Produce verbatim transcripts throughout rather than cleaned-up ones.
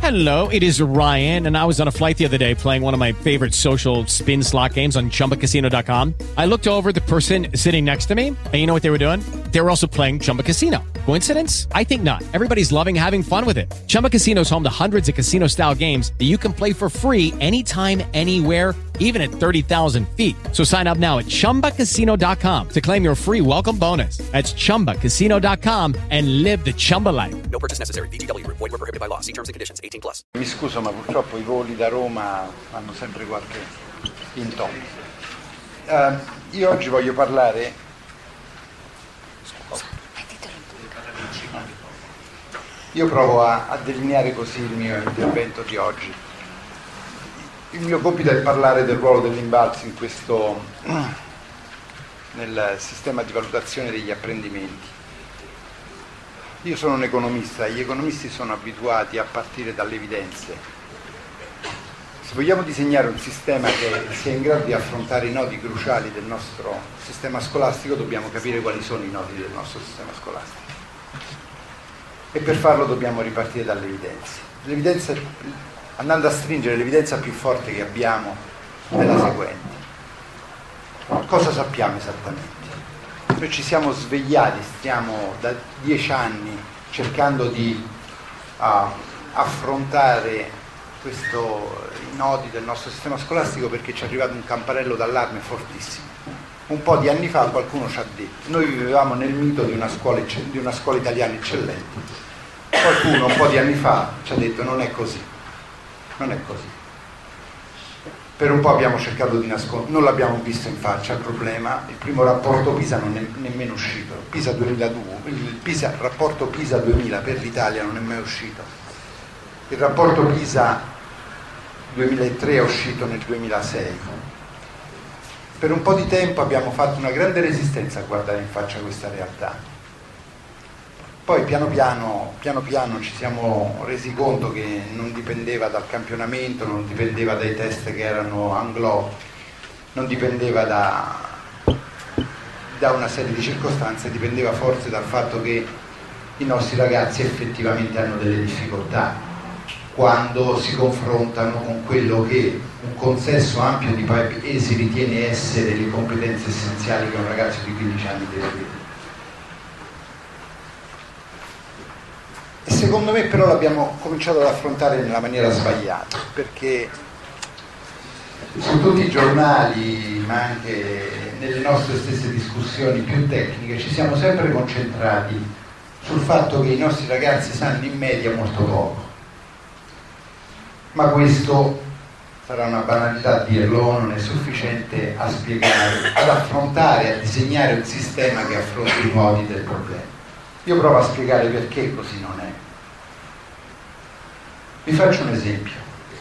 Hello, it is Ryan, and I was on a flight the other day playing one of my favorite social spin slot games on Chumba Casino dot com. I looked over at the person sitting next to me, and you know what they were doing? They were also playing Chumba Casino. Coincidence? I think not. Everybody's loving having fun with it. Chumba Casino is home to hundreds of casino-style games that you can play for free anytime, anywhere, even at thirty thousand feet. So sign up now at Chumba Casino dot com to claim your free welcome bonus. That's Chumba Casino dot com and live the Chumba life. No purchase necessary. V G W. Void where prohibited by law. See terms and conditions. eighteen plus. Mi scuso, ma purtroppo i voli da Roma hanno sempre qualche intoppo. Uh, io oggi voglio parlare. Scusa, mettitelo in bocca. Io provo a, a delineare così il mio intervento di oggi. Il mio compito è parlare del ruolo dell'Invalsi in questo, nel sistema di valutazione degli apprendimenti. Io sono un economista e gli economisti sono abituati a partire dalle evidenze. Se vogliamo disegnare un sistema che sia in grado di affrontare i nodi cruciali del nostro sistema scolastico, dobbiamo capire quali sono i nodi del nostro sistema scolastico. E per farlo dobbiamo ripartire dalle evidenze. L'evidenza, andando a stringere, l'evidenza più forte che abbiamo è la seguente. Cosa sappiamo esattamente? Noi ci siamo svegliati, stiamo da dieci anni cercando di uh, affrontare questo, i nodi del nostro sistema scolastico, perché ci è arrivato un campanello d'allarme fortissimo. Un po' di anni fa qualcuno ci ha detto, noi vivevamo nel mito di una scuola, di una scuola italiana eccellente. Qualcuno un po' di anni fa ci ha detto non è così, non è così. Per un po' abbiamo cercato di nascondere, non l'abbiamo visto in faccia il problema. Il primo rapporto PISA non è nemmeno uscito, PISA duemiladue, il PISA, rapporto PISA duemila per l'Italia non è mai uscito. Il rapporto PISA duemilatré è uscito nel duemilasei. Per un po' di tempo abbiamo fatto una grande resistenza a guardare in faccia questa realtà. Poi piano piano, piano piano ci siamo resi conto che non dipendeva dal campionamento, non dipendeva dai test che erano anglo, non dipendeva da, da una serie di circostanze, dipendeva forse dal fatto che i nostri ragazzi effettivamente hanno delle difficoltà quando si confrontano con quello che un consesso ampio di paesi ritiene essere le competenze essenziali che un ragazzo di quindici anni deve avere. E secondo me però l'abbiamo cominciato ad affrontare nella maniera sbagliata, perché su tutti i giornali, ma anche nelle nostre stesse discussioni più tecniche, ci siamo sempre concentrati sul fatto che i nostri ragazzi sanno in media molto poco. Ma questo sarà una banalità dirlo, non è sufficiente a spiegare, ad affrontare, a disegnare un sistema che affronti i nodi del problema. Io provo a spiegare perché così non è. Vi faccio un esempio.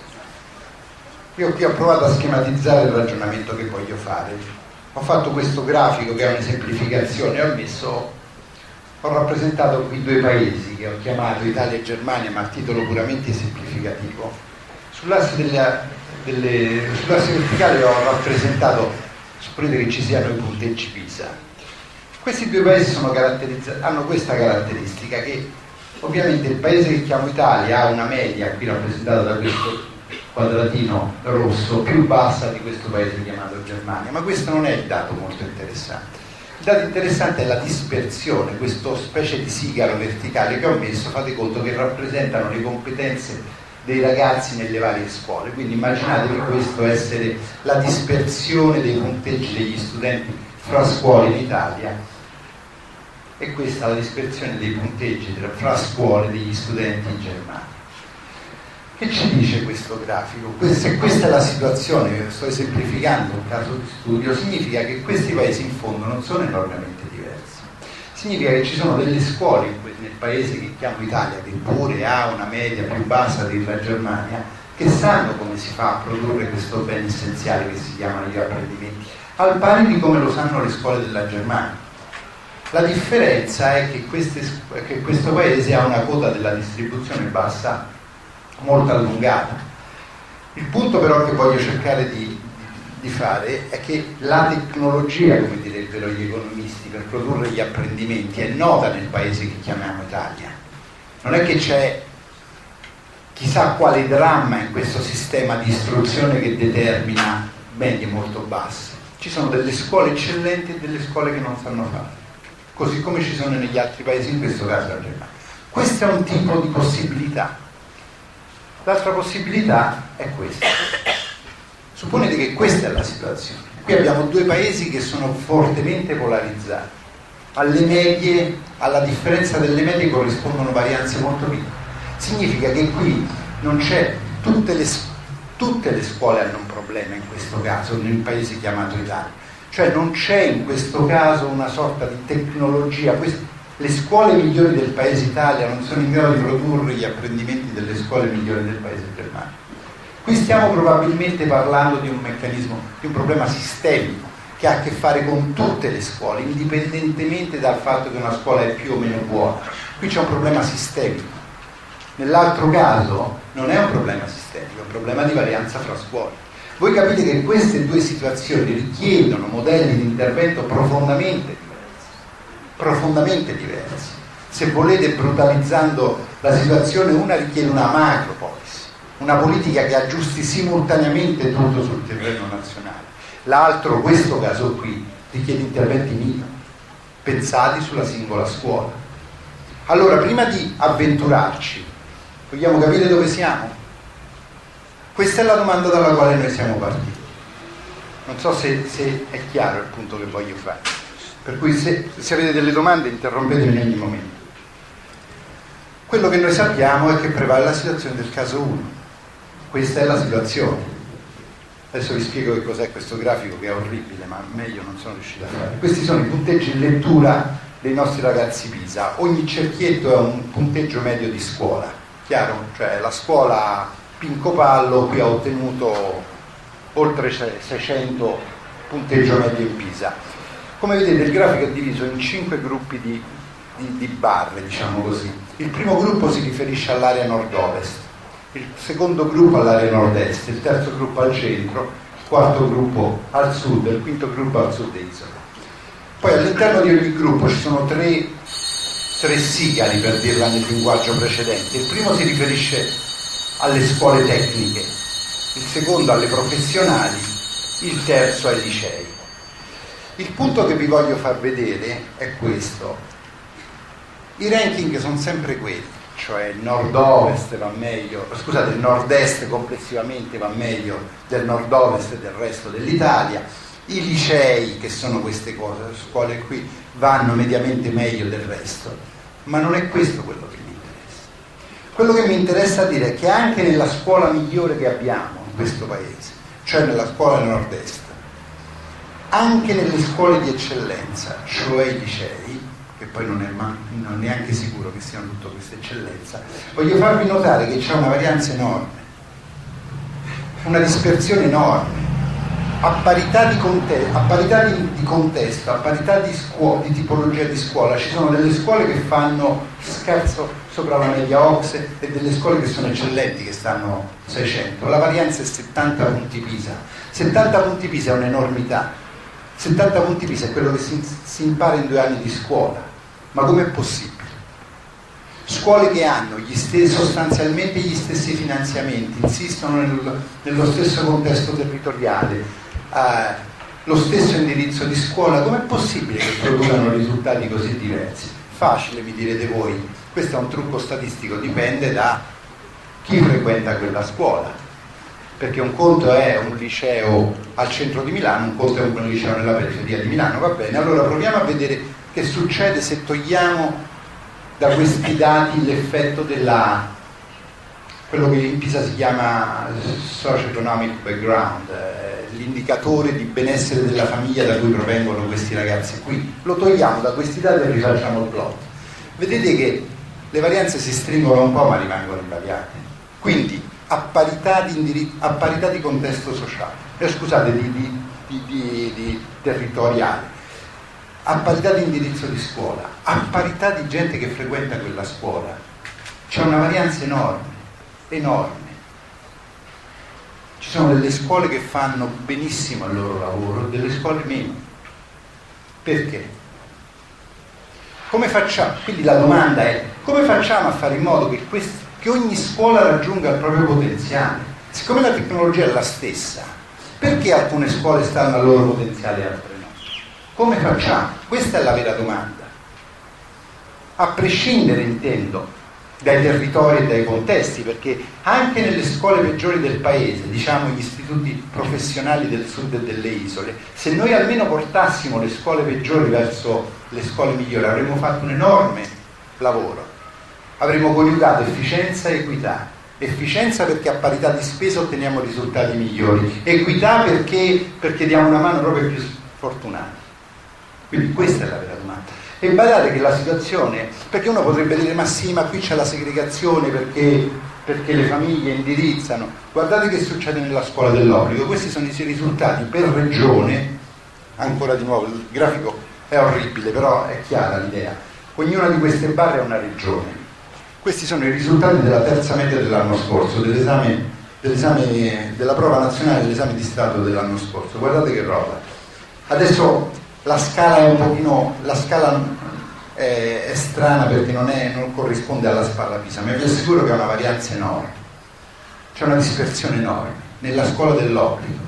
Io qui ho provato a schematizzare il ragionamento che voglio fare. Ho fatto questo grafico che è un'esemplificazione, ho messo, ho rappresentato qui due paesi che ho chiamato Italia e Germania, ma a titolo puramente esemplificativo. Sull'asse, della, delle, sull'asse verticale ho rappresentato, supponete che ci siano i punteggi PISA. Questi due paesi sono hanno questa caratteristica, che ovviamente il paese che chiamo Italia ha una media, qui rappresentata da questo quadratino rosso, più bassa di questo paese chiamato Germania, ma questo non è il dato molto interessante. Il dato interessante è la dispersione, questa specie di sigaro verticale che ho messo, fate conto che rappresentano le competenze dei ragazzi nelle varie scuole, quindi immaginatevi questo essere la dispersione dei punteggi degli studenti fra scuole in Italia, e questa è la dispersione dei punteggi fra scuole degli studenti in Germania. Che ci dice questo grafico? Se questa è la situazione, sto esemplificando un caso di studio, significa che questi paesi in fondo non sono enormemente diversi. Significa che ci sono delle scuole nel paese che chiamo Italia, che pure ha una media più bassa della Germania, che sanno come si fa a produrre questo bene essenziale che si chiamano gli apprendimenti, al pari di come lo sanno le scuole della Germania. La differenza è che, queste, che questo paese ha una quota della distribuzione bassa molto allungata. Il punto però che voglio cercare di, di fare è che la tecnologia, come direbbero gli economisti, per produrre gli apprendimenti è nota nel paese che chiamiamo Italia. Non è che c'è chissà quale dramma in questo sistema di istruzione che determina medie molto basse. Ci sono delle scuole eccellenti e delle scuole che non sanno fare, così come ci sono negli altri paesi, in questo caso la Germania. Questo è un tipo di possibilità. L'altra possibilità è questa. Supponete che questa è la situazione. Qui abbiamo due paesi che sono fortemente polarizzati. Alle medie, alla differenza delle medie corrispondono varianze molto piccole. Significa che qui non c'è, tutte le, tutte le scuole hanno un problema in questo caso, nel paese chiamato Italia. Cioè non c'è in questo caso una sorta di tecnologia. Quest- le scuole migliori del paese Italia non sono in grado di produrre gli apprendimenti delle scuole migliori del paese Germania. Qui stiamo probabilmente parlando di un meccanismo, di un problema sistemico che ha a che fare con tutte le scuole, indipendentemente dal fatto che una scuola è più o meno buona. Qui c'è un problema sistemico. Nell'altro caso non è un problema sistemico, è un problema di varianza fra scuole. Voi capite che queste due situazioni richiedono modelli di intervento profondamente diversi, profondamente diversi. Se volete, brutalizzando la situazione, una richiede una macro policy, una politica che aggiusti simultaneamente tutto sul terreno nazionale. L'altro, questo caso qui, richiede interventi micro, pensati sulla singola scuola. Allora, prima di avventurarci, vogliamo capire dove siamo? Questa è la domanda dalla quale noi siamo partiti. Non so se, se è chiaro il punto che voglio fare. Per cui se, se avete delle domande interrompetemi in ogni momento. Quello che noi sappiamo è che prevale la situazione del caso uno. Questa è la situazione. Adesso vi spiego che cos'è questo grafico, che è orribile, ma meglio non sono riuscito a fare. Questi sono i punteggi in lettura dei nostri ragazzi PISA. Ogni cerchietto è un punteggio medio di scuola, chiaro? Cioè la scuola Pinco Pallo qui ha ottenuto oltre seicento punteggio medio in PISA. Come vedete il grafico è diviso in cinque gruppi di, di, di barre, diciamo così. Il primo gruppo si riferisce all'area nord-ovest, il secondo gruppo all'area nord-est, il terzo gruppo al centro, il quarto gruppo al sud, il quinto gruppo al sud-isola. Poi all'interno di ogni gruppo ci sono tre, tre sigari, per dirla nel linguaggio precedente. Il primo si riferisce alle scuole tecniche, il secondo alle professionali, il terzo ai licei. Il punto che vi voglio far vedere è questo. I ranking sono sempre quelli, cioè il nord-ovest va meglio, scusate, il nord-est complessivamente va meglio del nord-ovest e del resto dell'Italia. I licei, che sono queste cose, le scuole qui, vanno mediamente meglio del resto. Ma non è questo quello che mi interessa. Quello che mi interessa dire è che anche nella scuola migliore che abbiamo in questo paese, cioè nella scuola nord-est, anche nelle scuole di eccellenza, cioè i licei, che poi non è, man- non è neanche sicuro che siano tutta questa eccellenza, voglio farvi notare che c'è una varianza enorme, una dispersione enorme, a parità di, conte- a parità di, di contesto, a parità di, scuo- di tipologia di scuola. Ci sono delle scuole che fanno scarso sopra la media O C S E e delle scuole che sono eccellenti, che stanno seicento. La varianza è settanta punti PISA. settanta punti PISA è un'enormità. settanta punti PISA è quello che si, si impara in due anni di scuola. Ma com'è possibile? Scuole che hanno gli stessi, sostanzialmente gli stessi finanziamenti, insistono nel, nello stesso contesto territoriale, eh, lo stesso indirizzo di scuola, com'è possibile che producano risultati così diversi? Facile, mi direte voi. Questo è un trucco statistico, dipende da chi frequenta quella scuola. Perché un conto è un liceo al centro di Milano, un conto è un liceo nella periferia di Milano, va bene. Allora proviamo a vedere che succede se togliamo da questi dati l'effetto della, quello che in PISA si chiama socio-economic background, eh, l'indicatore di benessere della famiglia da cui provengono questi ragazzi qui. Lo togliamo da questi dati e rifacciamo il plot. Vedete che le varianze si stringono un po' ma rimangono invariate. Quindi a parità di, indirizzo, a parità di contesto sociale, eh, scusate, di, di, di, di, di territoriale, a parità di indirizzo di scuola, a parità di gente che frequenta quella scuola, c'è una varianza enorme, enorme. Ci sono delle scuole che fanno benissimo il loro lavoro e delle scuole meno. Perché? Come facciamo? Quindi la domanda è: come facciamo a fare in modo che questi che ogni scuola raggiunga il proprio potenziale. Siccome la tecnologia è la stessa, perché alcune scuole stanno al loro potenziale e altre no? Come facciamo? Questa è la vera domanda. A prescindere, intendo, dai territori e dai contesti, perché anche nelle scuole peggiori del paese, diciamo gli istituti professionali del sud e delle isole, se noi almeno portassimo le scuole peggiori verso le scuole migliori, avremmo fatto un enorme lavoro. Avremmo coniugato efficienza e equità. Efficienza perché a parità di spesa otteniamo risultati migliori, equità perché, perché diamo una mano proprio ai più sfortunati. Quindi questa è la vera domanda. E badate che la situazione, perché uno potrebbe dire ma sì, ma qui c'è la segregazione perché, perché le famiglie indirizzano. Guardate che succede nella scuola dell'obbligo, questi sono i risultati per regione. Ancora di nuovo, il grafico è orribile, però è chiara l'idea. Ognuna di queste barre è una regione. Questi sono i risultati della terza media dell'anno scorso, dell'esame, dell'esame della prova nazionale dell'esame di Stato dell'anno scorso. Guardate che roba. Adesso la scala è un pochino, la scala è, è strana perché non, è, non corrisponde alla spalla Pisa, ma vi assicuro che è una varianza enorme. C'è una dispersione enorme nella scuola dell'obbligo.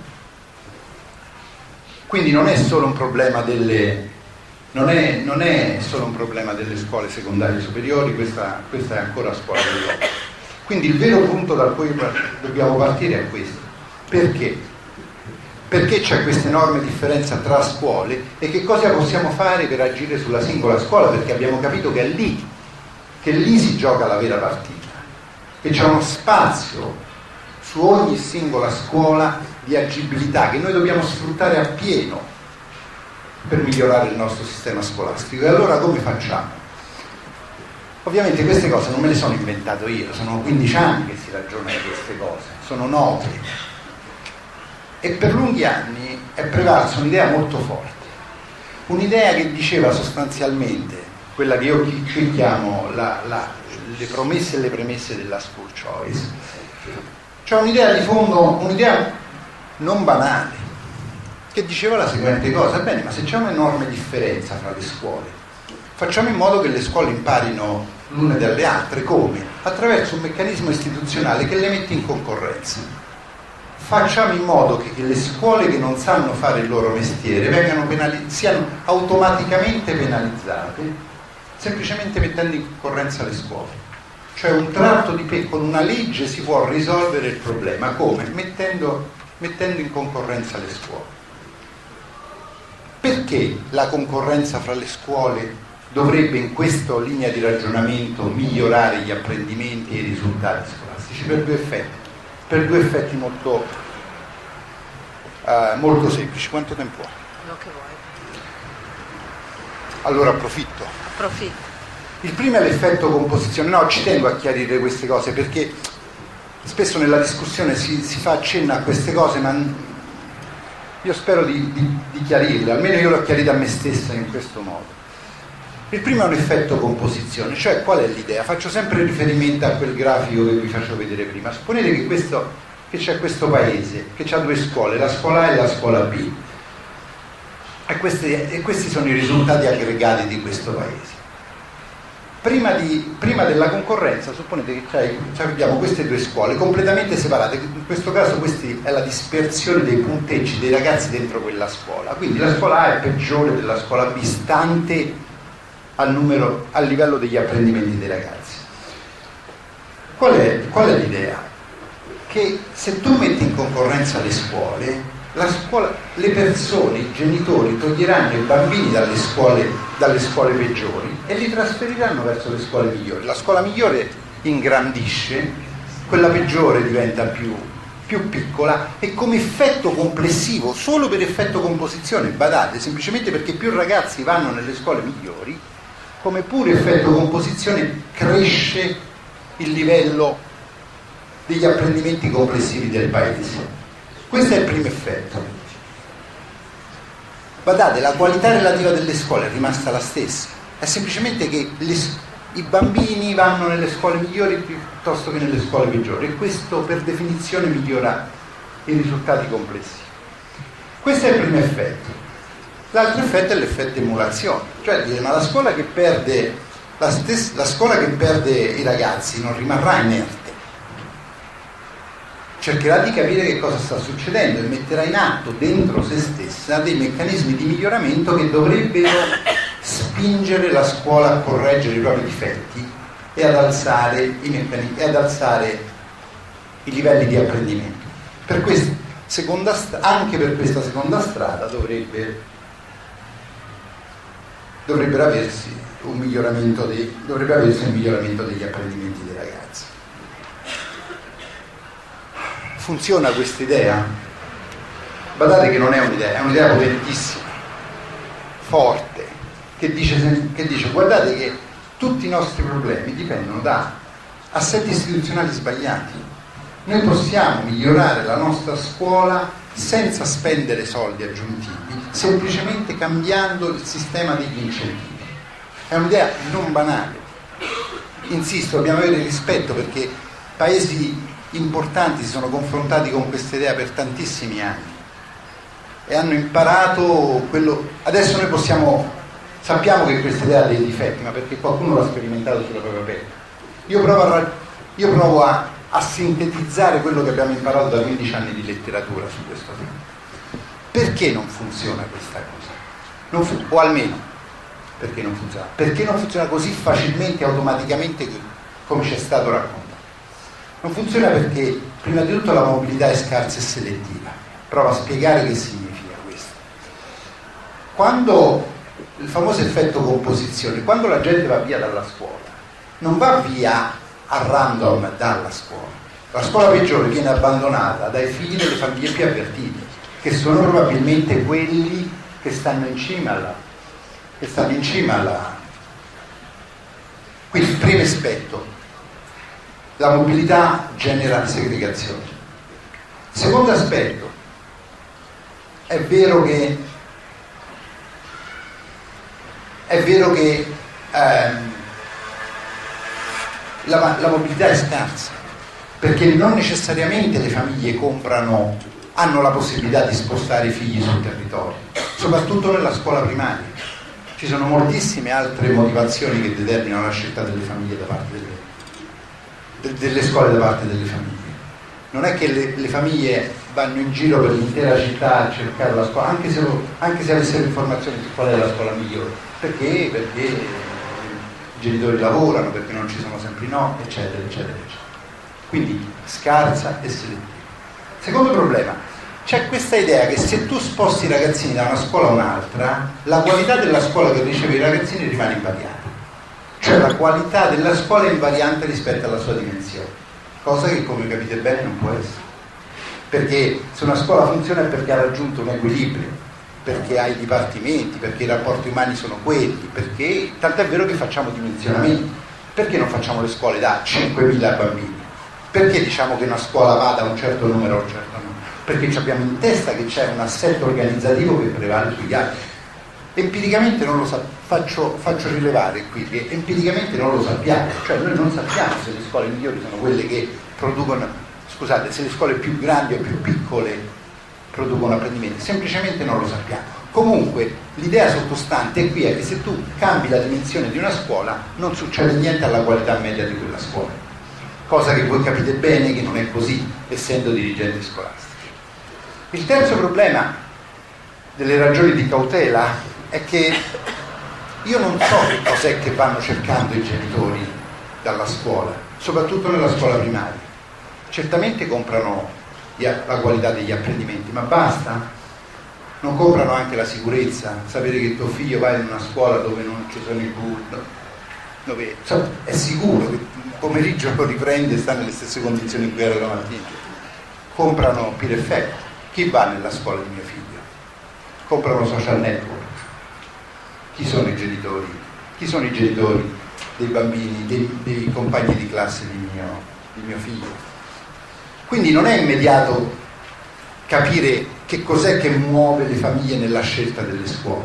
Quindi non è solo un problema delle... Non è, non è solo un problema delle scuole secondarie superiori, questa, questa è ancora scuola dell'obbligo. Quindi il vero punto da cui dobbiamo partire è questo. Perché? Perché c'è questa enorme differenza tra scuole e che cosa possiamo fare per agire sulla singola scuola? Perché abbiamo capito che è lì, che lì si gioca la vera partita, che c'è uno spazio su ogni singola scuola di agibilità che noi dobbiamo sfruttare appieno per migliorare il nostro sistema scolastico. E allora come facciamo? Ovviamente queste cose non me le sono inventato io, sono quindici anni che si ragiona di queste cose, sono note. E per lunghi anni è prevalsa un'idea molto forte, un'idea che diceva sostanzialmente, quella che io qui chiamo la, la, le promesse e le premesse della school choice, cioè un'idea di fondo, un'idea non banale, che diceva la seguente cosa: bene, ma se c'è un'enorme differenza fra le scuole, facciamo in modo che le scuole imparino l'une dalle altre. Come? Attraverso un meccanismo istituzionale che le mette in concorrenza. Facciamo in modo che, che le scuole che non sanno fare il loro mestiere vengano penali- siano automaticamente penalizzate, semplicemente mettendo in concorrenza le scuole. Cioè un tratto di pe- con una legge si può risolvere il problema. Come? Mettendo, mettendo in concorrenza le scuole. Perché la concorrenza fra le scuole dovrebbe in questa linea di ragionamento migliorare gli apprendimenti e i risultati scolastici? Per due effetti, per due effetti molto, uh, molto semplici. Quanto tempo ha? Quello che vuoi. Allora approfitto. Approfitto. Il primo è l'effetto composizione. No, ci tengo a chiarire queste cose perché spesso nella discussione si, si fa accenno a queste cose, ma io spero di, di, di chiarirle, almeno io l'ho chiarita a me stessa in questo modo. Il primo è un effetto composizione, cioè qual è l'idea? Faccio sempre riferimento a quel grafico che vi facevo vedere prima. Supponete che, questo, che c'è questo paese, che ha due scuole, la scuola A e la scuola B, e questi, e questi sono i risultati aggregati di questo paese. Prima, di, prima della concorrenza, supponete che c'è, c'è, abbiamo queste due scuole completamente separate, in questo caso questa è la dispersione dei punteggi dei ragazzi dentro quella scuola, quindi la scuola A è peggiore della scuola B, stante al, numero, al livello degli apprendimenti dei ragazzi. Qual è, qual è l'idea? Che se tu metti in concorrenza le scuole, la scuola, le persone, i genitori toglieranno i bambini dalle scuole, dalle scuole peggiori e li trasferiranno verso le scuole migliori. La scuola migliore ingrandisce, quella peggiore diventa più, più piccola, e come effetto complessivo, solo per effetto composizione, badate, semplicemente perché più ragazzi vanno nelle scuole migliori, come pure effetto composizione cresce il livello degli apprendimenti complessivi del paese. Questo è il primo effetto. Badate, la qualità relativa delle scuole è rimasta la stessa, è semplicemente che le, i bambini vanno nelle scuole migliori piuttosto che nelle scuole peggiori, e questo per definizione migliora i risultati complessivi. Questo è il primo effetto. L'altro effetto è l'effetto emulazione, cioè dire, ma la scuola che perde La, stessa, la scuola che perde i ragazzi non rimarrà inerte, cercherà di capire che cosa sta succedendo e metterà in atto dentro se stessa dei meccanismi di miglioramento che dovrebbero spingere la scuola a correggere i propri difetti e ad alzare i, meccanismi, e ad alzare i livelli di apprendimento. Per questa seconda, anche per questa seconda strada dovrebbe, dovrebbero aversi un miglioramento dei, dovrebbe aversi un miglioramento degli apprendimenti dei ragazzi. Funziona questa idea? Badate che non è un'idea, è un'idea potentissima, forte, che dice, che dice guardate che tutti i nostri problemi dipendono da assetti istituzionali sbagliati. Noi possiamo migliorare la nostra scuola senza spendere soldi aggiuntivi, semplicemente cambiando il sistema degli incentivi. È un'idea non banale. Insisto, dobbiamo avere rispetto perché paesi importanti si sono confrontati con questa idea per tantissimi anni e hanno imparato quello. Adesso noi possiamo, sappiamo che questa idea ha dei difetti, ma perché qualcuno l'ha sperimentato sulla propria pelle. Io provo a, io provo a, a sintetizzare quello che abbiamo imparato da quindici anni di letteratura su questo tema. Perché non funziona questa cosa? Non fu- o almeno perché non funziona? Perché non funziona così facilmente e automaticamente come ci è stato raccontato? Non funziona perché prima di tutto la mobilità è scarsa e selettiva. Provo a spiegare che significa questo. Quando il famoso effetto composizione, quando la gente va via dalla scuola, non va via a random dalla scuola. La scuola peggiore viene abbandonata dai figli delle famiglie più avvertite, che sono probabilmente quelli che stanno in cima alla che stanno in cima alla. Quindi il primo aspetto, la mobilità genera segregazione. Secondo aspetto, è vero che è vero che ehm, la, la mobilità è scarsa, perché non necessariamente le famiglie comprano, hanno la possibilità di spostare i figli sul territorio, soprattutto nella scuola primaria. Ci sono moltissime altre motivazioni che determinano la scelta delle famiglie da parte delle, de, delle scuole da parte delle famiglie. Non è che le, le famiglie vanno in giro per l'intera città a cercare la scuola, anche se, anche se avessero informazioni su qual è la scuola migliore. Perché? Perché i genitori lavorano, perché non ci sono sempre i no, eccetera, eccetera, eccetera. Quindi scarsa e selettiva. Secondo problema. C'è questa idea che se tu sposti i ragazzini da una scuola a un'altra, la qualità della scuola che riceve i ragazzini rimane invariata. Cioè la qualità della scuola è invariante rispetto alla sua dimensione, cosa che, come capite bene, non può essere. Perché se una scuola funziona è perché ha raggiunto un equilibrio, perché ha i dipartimenti, perché i rapporti umani sono quelli, perché tant'è vero che facciamo dimensionamenti. Perché non facciamo le scuole da cinquemila bambini? Perché diciamo che una scuola va da un certo numero a un certo numero? Perché abbiamo in testa che c'è un assetto organizzativo che prevale sugli altri. Empiricamente non lo sa- faccio, faccio rilevare qui che empiricamente non lo sappiamo, cioè noi non sappiamo se le scuole migliori sono quelle che producono, scusate, se le scuole più grandi o più piccole producono apprendimenti, semplicemente non lo sappiamo. Comunque l'idea sottostante qui è che se tu cambi la dimensione di una scuola non succede niente alla qualità media di quella scuola, cosa che voi capite bene che non è così, essendo dirigenti scolastici. Il terzo problema delle ragioni di cautela è che io non so che cos'è che vanno cercando i genitori dalla scuola, soprattutto nella scuola primaria. Certamente comprano la qualità degli apprendimenti, ma basta? Non comprano anche la sicurezza, sapere che tuo figlio va in una scuola dove non ci sono i bulli, dove è sicuro che il pomeriggio lo riprende e sta nelle stesse condizioni in cui era la mattina. Comprano peer effect. Chi va nella scuola di mio figlio? Comprano social network. Chi sono i genitori? Chi sono i genitori dei bambini, dei, dei compagni di classe di mio, di mio figlio? Quindi non è immediato capire che cos'è che muove le famiglie nella scelta delle scuole.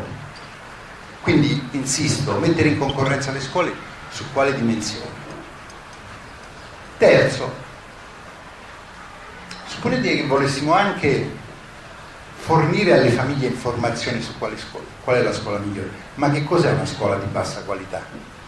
Quindi, insisto, mettere in concorrenza le scuole su quale dimensione? Terzo, supponete che volessimo anche fornire alle famiglie informazioni su quale scuola, qual è la scuola migliore, ma che cos'è una scuola di bassa qualità?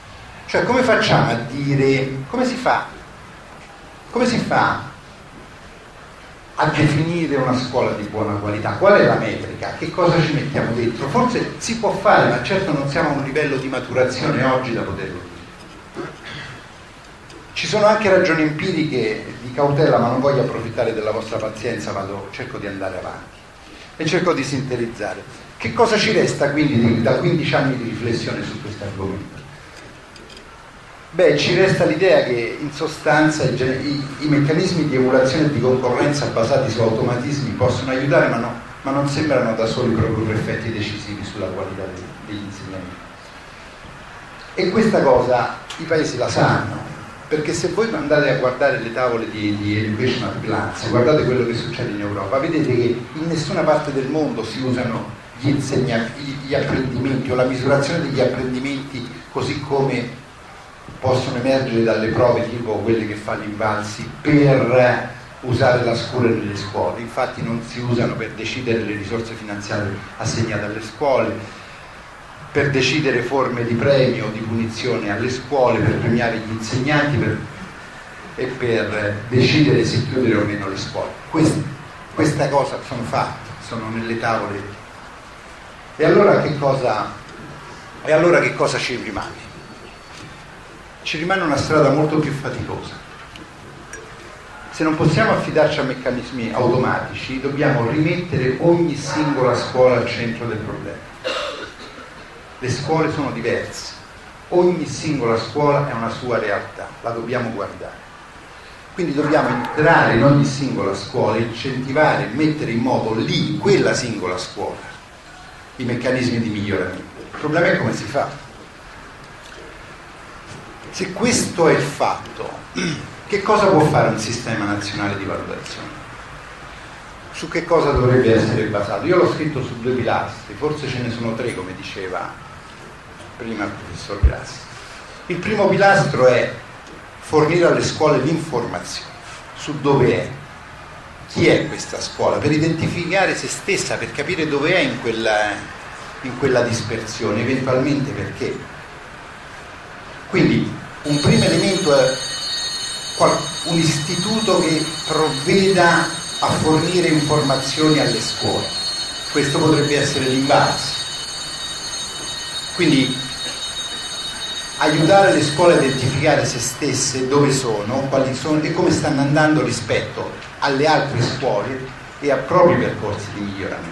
Cioè, come facciamo a dire, come si fa? Come si fa a definire una scuola di buona qualità? Qual è la metrica? Che cosa ci mettiamo dentro? Forse si può fare, ma certo non siamo a un livello di maturazione oggi da poterlo dire. Ci sono anche ragioni empiriche di cautela, ma non voglio approfittare della vostra pazienza, vado, cerco di andare avanti e cerco di sintetizzare. Che cosa ci resta quindi di, da quindici anni di riflessione su questo argomento? Beh, ci resta l'idea che in sostanza i, i, i meccanismi di emulazione e di concorrenza basati su automatismi possono aiutare, ma, no, ma non sembrano da soli produrre effetti decisivi sulla qualità dei, degli insegnamenti. E questa cosa i paesi la sanno, perché se voi andate a guardare le tavole di, di educational plans, guardate quello che succede in Europa, vedete che in nessuna parte del mondo si usano gli, insegna, gli, gli apprendimenti o la misurazione degli apprendimenti così come possono emergere dalle prove tipo quelle che fa l'Invalsi per usare la scuola nelle scuole. Infatti non si usano per decidere le risorse finanziarie assegnate alle scuole, per decidere forme di premio o di punizione alle scuole, per premiare gli insegnanti per, e per decidere se chiudere o meno le scuole. Queste, questa cosa sono fatte, sono nelle tavole. E allora che cosa, e allora che cosa ci rimane? Ci rimane una strada molto più faticosa. Se non possiamo affidarci a meccanismi automatici, dobbiamo rimettere ogni singola scuola al centro del problema. Le scuole sono diverse, ogni singola scuola è una sua realtà, la dobbiamo guardare. Quindi dobbiamo entrare in ogni singola scuola, incentivare, mettere in moto lì, in quella singola scuola, i meccanismi di miglioramento. Il problema è come si fa. Se questo è il fatto, che cosa può fare un sistema nazionale di valutazione? Su che cosa dovrebbe essere basato? Io l'ho scritto su due pilastri, forse ce ne sono tre, come diceva prima il professor Grassi. Il primo pilastro è fornire alle scuole l'informazione su dove è, chi è questa scuola, per identificare se stessa, per capire dove è in quella, in quella dispersione, eventualmente perché. Quindi un primo elemento è un istituto che provveda a fornire informazioni alle scuole. Questo potrebbe essere l'Invalsi. Quindi aiutare le scuole a identificare se stesse, dove sono, quali sono e come stanno andando rispetto alle altre scuole e a propri percorsi di miglioramento.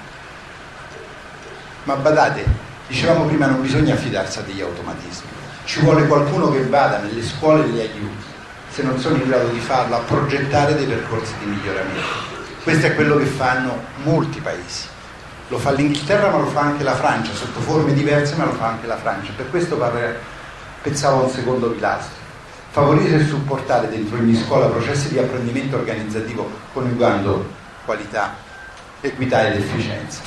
Ma badate, dicevamo prima, non bisogna affidarsi a degli automatismi. Ci vuole qualcuno che vada nelle scuole e li aiuti, se non sono in grado di farlo, a progettare dei percorsi di miglioramento. Questo è quello che fanno molti paesi. Lo fa l'Inghilterra, ma lo fa anche la Francia, sotto forme diverse, ma lo fa anche la Francia. Per questo parla, pensavo a un secondo pilastro. Favorire e supportare dentro ogni scuola processi di apprendimento organizzativo coniugando qualità, equità ed efficienza.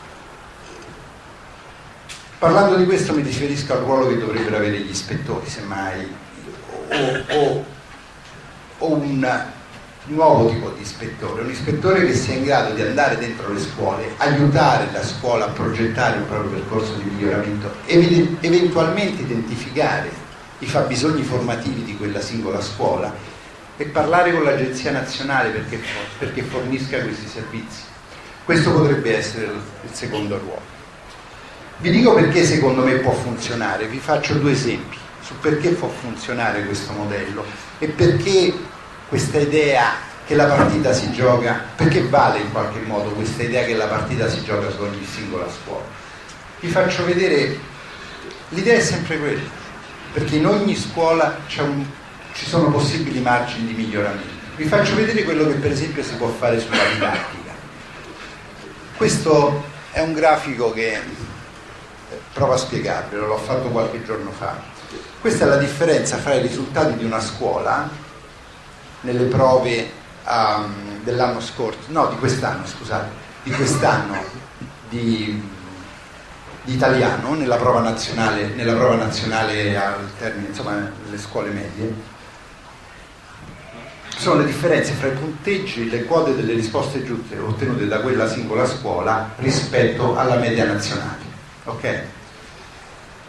Parlando di questo mi riferisco al ruolo che dovrebbero avere gli ispettori, semmai, o, o, o un nuovo tipo di ispettore, un ispettore che sia in grado di andare dentro le scuole, aiutare la scuola a progettare un proprio percorso di miglioramento, ev- eventualmente identificare i fabbisogni formativi di quella singola scuola e parlare con l'Agenzia Nazionale perché, perché fornisca questi servizi. Questo potrebbe essere il, il secondo ruolo. Vi dico perché secondo me può funzionare, vi faccio due esempi su perché può funzionare questo modello e perché questa idea che la partita si gioca, perché vale in qualche modo questa idea che la partita si gioca su ogni singola scuola. Vi faccio vedere, l'idea è sempre quella, perché in ogni scuola c'è un, ci sono possibili margini di miglioramento. Vi faccio vedere quello che per esempio si può fare sulla didattica. Questo è un grafico che provo a spiegarvelo, l'ho fatto qualche giorno fa. Questa è la differenza fra i risultati di una scuola nelle prove um, dell'anno scorso, no, di quest'anno, scusate, di quest'anno di, di italiano nella prova nazionale, nella prova nazionale al termine, insomma, nelle scuole medie. Sono le differenze fra i punteggi, le quote delle risposte giuste ottenute da quella singola scuola rispetto alla media nazionale. Ok?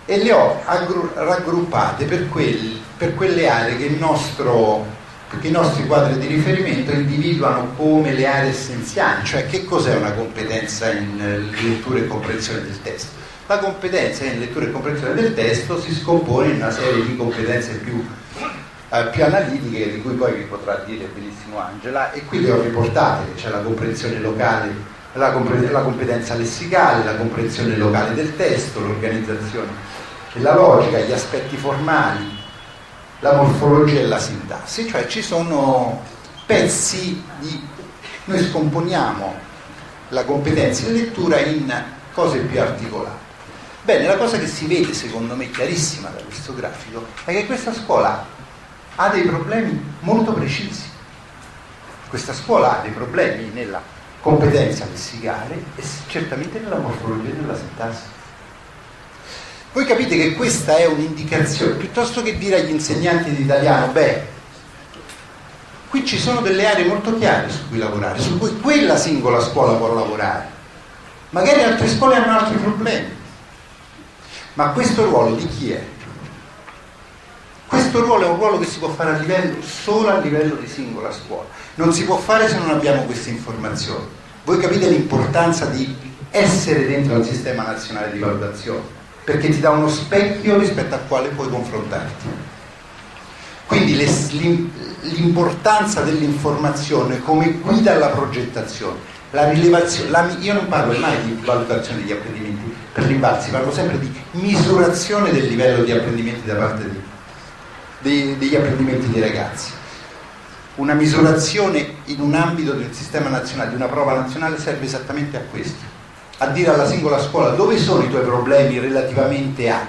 e le ho aggru- raggruppate per, quel, per quelle aree che il nostro perché i nostri quadri di riferimento individuano come le aree essenziali, cioè che cos'è una competenza in lettura e comprensione del testo. La competenza in lettura e comprensione del testo si scompone in una serie di competenze più, eh, più analitiche, di cui poi vi potrà dire benissimo Angela, e qui le ho riportate, c'è la comprensione locale, la, compre- la competenza lessicale, la comprensione locale del testo, l'organizzazione e la logica, gli aspetti formali, la morfologia e la sintassi, cioè ci sono pezzi di... noi scomponiamo la competenza in lettura in cose più articolate. Bene, la cosa che si vede secondo me chiarissima da questo grafico è che questa scuola ha dei problemi molto precisi. Questa scuola ha dei problemi nella competenza lessicale e certamente nella morfologia e nella sintassi. Voi capite che questa è un'indicazione, piuttosto che dire agli insegnanti di italiano, beh, qui ci sono delle aree molto chiare su cui lavorare, su cui quella singola scuola può lavorare. Magari altre scuole hanno altri problemi, ma questo ruolo di chi è? Questo ruolo è un ruolo che si può fare a livello, solo a livello di singola scuola. Non si può fare se non abbiamo queste informazioni. Voi capite l'importanza di essere dentro un sistema nazionale di valutazione, perché ti dà uno specchio rispetto al quale puoi confrontarti. Quindi le, l'importanza dell'informazione come guida alla progettazione, la rilevazione, la, io non parlo mai di valutazione degli apprendimenti per rimbalzi, parlo sempre di misurazione del livello di apprendimenti da parte di, dei, degli apprendimenti dei ragazzi. Una misurazione in un ambito di un sistema nazionale, di una prova nazionale, serve esattamente a questo, a dire alla singola scuola dove sono i tuoi problemi relativamente a.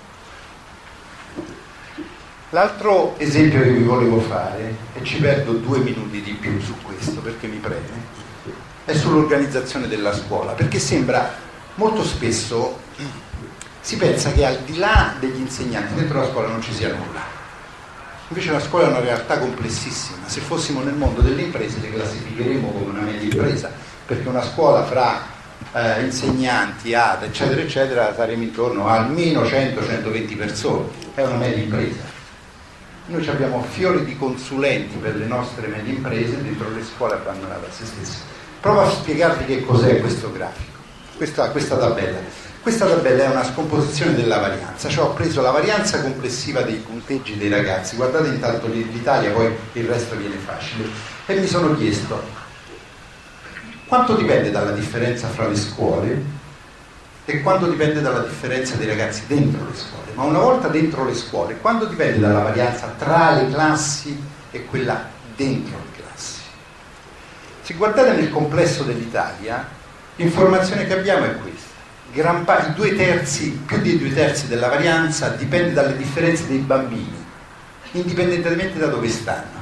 L'altro esempio che vi volevo fare, e ci perdo due minuti di più su questo perché mi preme, è sull'organizzazione della scuola, perché sembra molto spesso si pensa che al di là degli insegnanti dentro la scuola non ci sia nulla. Invece la scuola è una realtà complessissima. Se fossimo nel mondo delle imprese le classificheremo come una media impresa, perché una scuola fra Eh, insegnanti, A D, eccetera eccetera, saremo intorno a almeno cento centoventi persone, è una media impresa. Noi abbiamo fiori di consulenti per le nostre medie imprese dentro le scuole abbandonate a se stesse. Provo a spiegarvi che cos'è questo grafico, questa, questa tabella. Questa tabella è una scomposizione della varianza, cioè ho preso la varianza complessiva dei punteggi dei ragazzi, guardate intanto l'Italia, poi il resto viene facile, e mi sono chiesto quanto dipende dalla differenza fra le scuole e quanto dipende dalla differenza dei ragazzi dentro le scuole. Ma una volta dentro le scuole, quanto dipende dalla varianza tra le classi e quella dentro le classi? Se guardate nel complesso dell'Italia, l'informazione che abbiamo è questa. Gran pa- i due terzi, più dei due terzi della varianza dipende dalle differenze dei bambini, indipendentemente da dove stanno.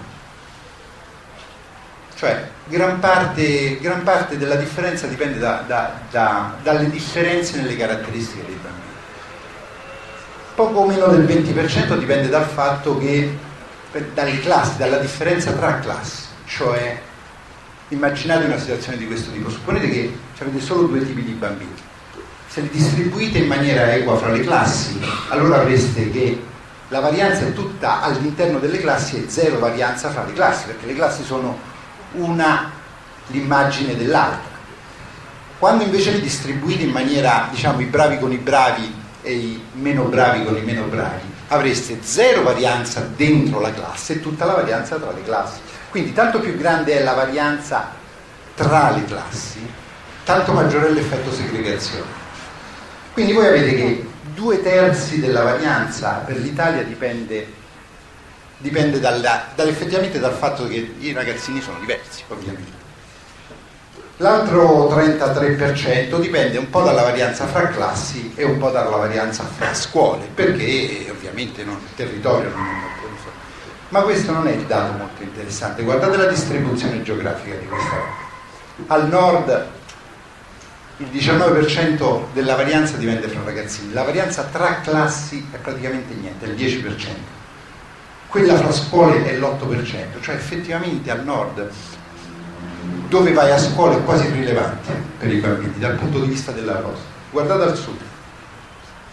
Cioè, gran parte, gran parte della differenza dipende da, da, da, dalle differenze nelle caratteristiche dei bambini. Poco meno del venti per cento dipende dal fatto che, dalle classi, dalla differenza tra classi. Cioè, immaginate una situazione di questo tipo. Supponete che avete solo due tipi di bambini. Se li distribuite in maniera equa fra le classi, allora avreste che la varianza è tutta all'interno delle classi e zero varianza fra le classi, perché le classi sono una l'immagine dell'altra. Quando invece li distribuite in maniera, diciamo, i bravi con i bravi e i meno bravi con i meno bravi, avreste zero varianza dentro la classe e tutta la varianza tra le classi. Quindi tanto più grande è la varianza tra le classi, tanto maggiore è l'effetto segregazione. Quindi voi avete che due terzi della varianza per l'Italia dipende dipende dalla, dall'effettivamente dal fatto che i ragazzini sono diversi, ovviamente. L'altro trentatré per cento dipende un po' dalla varianza fra classi e un po' dalla varianza fra scuole, perché ovviamente non, il territorio non è molto uniforme. Ma questo non è il dato molto interessante. Guardate la distribuzione geografica di questa roba. Al nord il diciannove per cento della varianza dipende fra ragazzini, la varianza tra classi è praticamente niente, è il dieci per cento. Quella fra scuole è l'otto per cento, cioè effettivamente al nord, dove vai a scuola è quasi irrilevante per i bambini dal punto di vista della rosa. Guardate al sud,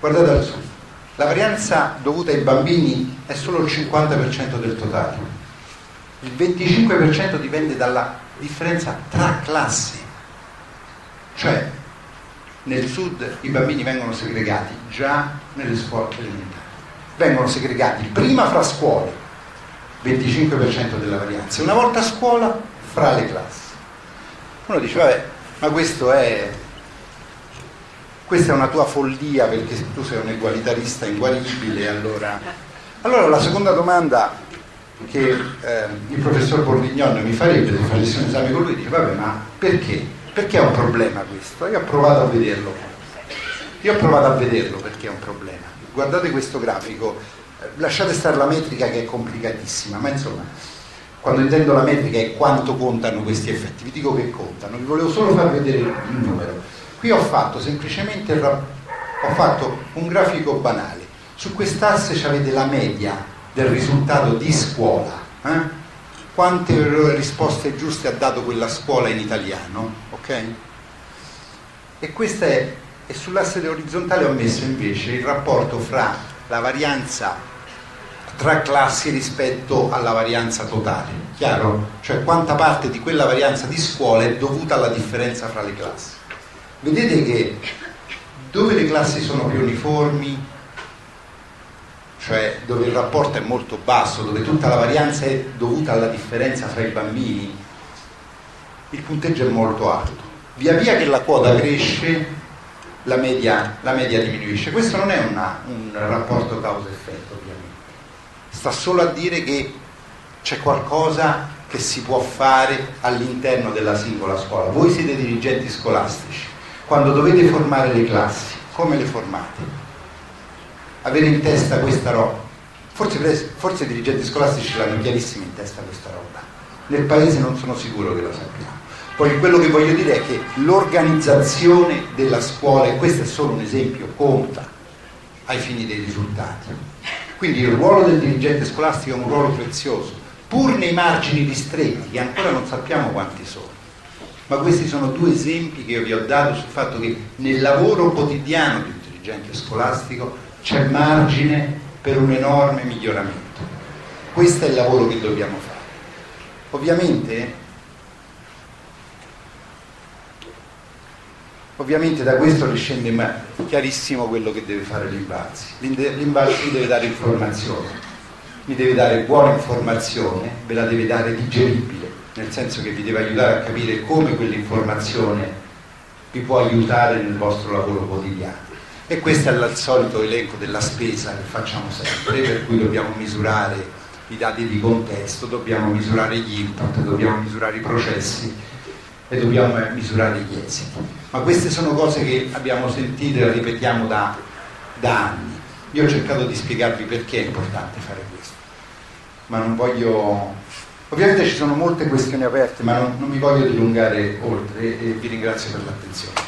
Guardate al sud, la varianza dovuta ai bambini è solo il cinquanta per cento del totale, il venticinque per cento dipende dalla differenza tra classi, cioè nel sud i bambini vengono segregati già nelle scuole elementari, vengono segregati prima fra scuole, venticinque per cento della varianza, una volta a scuola fra le classi. Uno dice, vabbè, ma questo è questa è una tua follia perché tu sei un egualitarista inguaribile. Allora, allora la seconda domanda che eh, il professor Bordignon mi farebbe se facessi un esame con lui, dice, vabbè, ma perché? Perché è un problema questo? Io ho provato a vederlo. Io ho provato a vederlo perché è un problema. Guardate questo grafico, lasciate stare la metrica che è complicatissima, ma insomma, quando intendo la metrica è quanto contano questi effetti. Vi dico che contano, vi volevo solo far vedere il numero. Qui ho fatto semplicemente ho fatto un grafico banale. Su quest'asse avete la media del risultato di scuola. Eh? Quante risposte giuste ha dato quella scuola in italiano, ok? E questa è, e sull'asse orizzontale ho messo invece il rapporto fra la varianza tra classi rispetto alla varianza totale, chiaro? Cioè quanta parte di quella varianza di scuola è dovuta alla differenza fra le classi. Vedete che dove le classi sono più uniformi, cioè dove il rapporto è molto basso, dove tutta la varianza è dovuta alla differenza fra i bambini, il punteggio è molto alto. Via via che la quota cresce, la media, la media diminuisce. Questo non è una, un rapporto causa-effetto, ovviamente. Sta solo a dire che c'è qualcosa che si può fare all'interno della singola scuola. Voi siete dirigenti scolastici. Quando dovete formare le classi, come le formate? Avere in testa questa roba. Forse, forse i dirigenti scolastici l'hanno chiarissima in testa questa roba. Nel paese non sono sicuro che lo sappiamo. Poi quello che voglio dire è che l'organizzazione della scuola, e questo è solo un esempio, conta ai fini dei risultati. Quindi il ruolo del dirigente scolastico è un ruolo prezioso, pur nei margini ristretti, che ancora non sappiamo quanti sono. Ma questi sono due esempi che io vi ho dato sul fatto che nel lavoro quotidiano di un dirigente scolastico c'è margine per un enorme miglioramento. Questo è il lavoro che dobbiamo fare. Ovviamente, ovviamente da questo riscende chiarissimo quello che deve fare l'Invalsi. L'Invalsi deve dare informazione, mi deve dare buona informazione, ve la deve dare digeribile, nel senso che vi deve aiutare a capire come quell'informazione vi può aiutare nel vostro lavoro quotidiano. E questo è il solito elenco della spesa che facciamo sempre, per cui dobbiamo misurare i dati di contesto, dobbiamo misurare gli input, dobbiamo misurare i processi e dobbiamo misurare gli esiti. Ma queste sono cose che abbiamo sentito e ripetiamo da, da anni. Io ho cercato di spiegarvi perché è importante fare questo, ma non voglio... Ovviamente ci sono molte questioni aperte, ma non, non mi voglio dilungare oltre e vi ringrazio per l'attenzione.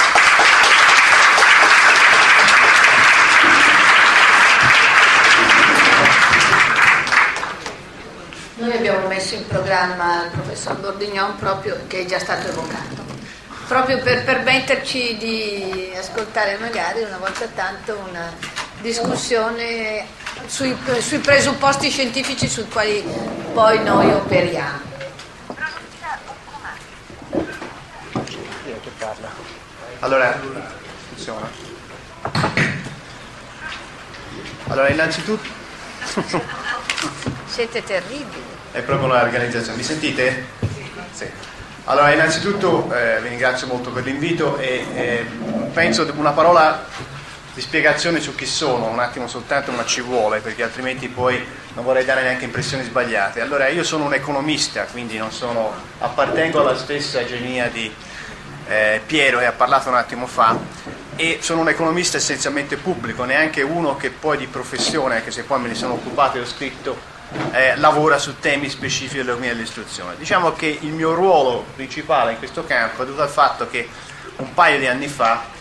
Noi abbiamo messo in programma il professor Bordignon, proprio, che è già stato evocato, proprio per permetterci di ascoltare magari una volta tanto una discussione sui, sui presupposti scientifici sui quali poi noi operiamo. Che parla. Allora, funziona. Allora, innanzitutto Siete terribili. è proprio l'organizzazione. Mi sentite? Sì. Allora, innanzitutto eh, vi ringrazio molto per l'invito e eh, penso una parola di spiegazione su chi sono, un attimo soltanto, ma ci vuole, perché altrimenti poi non vorrei dare neanche impressioni sbagliate. Allora, io sono un economista, quindi non sono, appartengo alla stessa genia di eh, Piero, che ha parlato un attimo fa, e sono un economista essenzialmente pubblico, neanche uno che poi di professione, anche se poi me ne sono occupato e ho scritto, eh, lavora su temi specifici dell'economia dell'istruzione. Diciamo che il mio ruolo principale in questo campo è dovuto al fatto che un paio di anni fa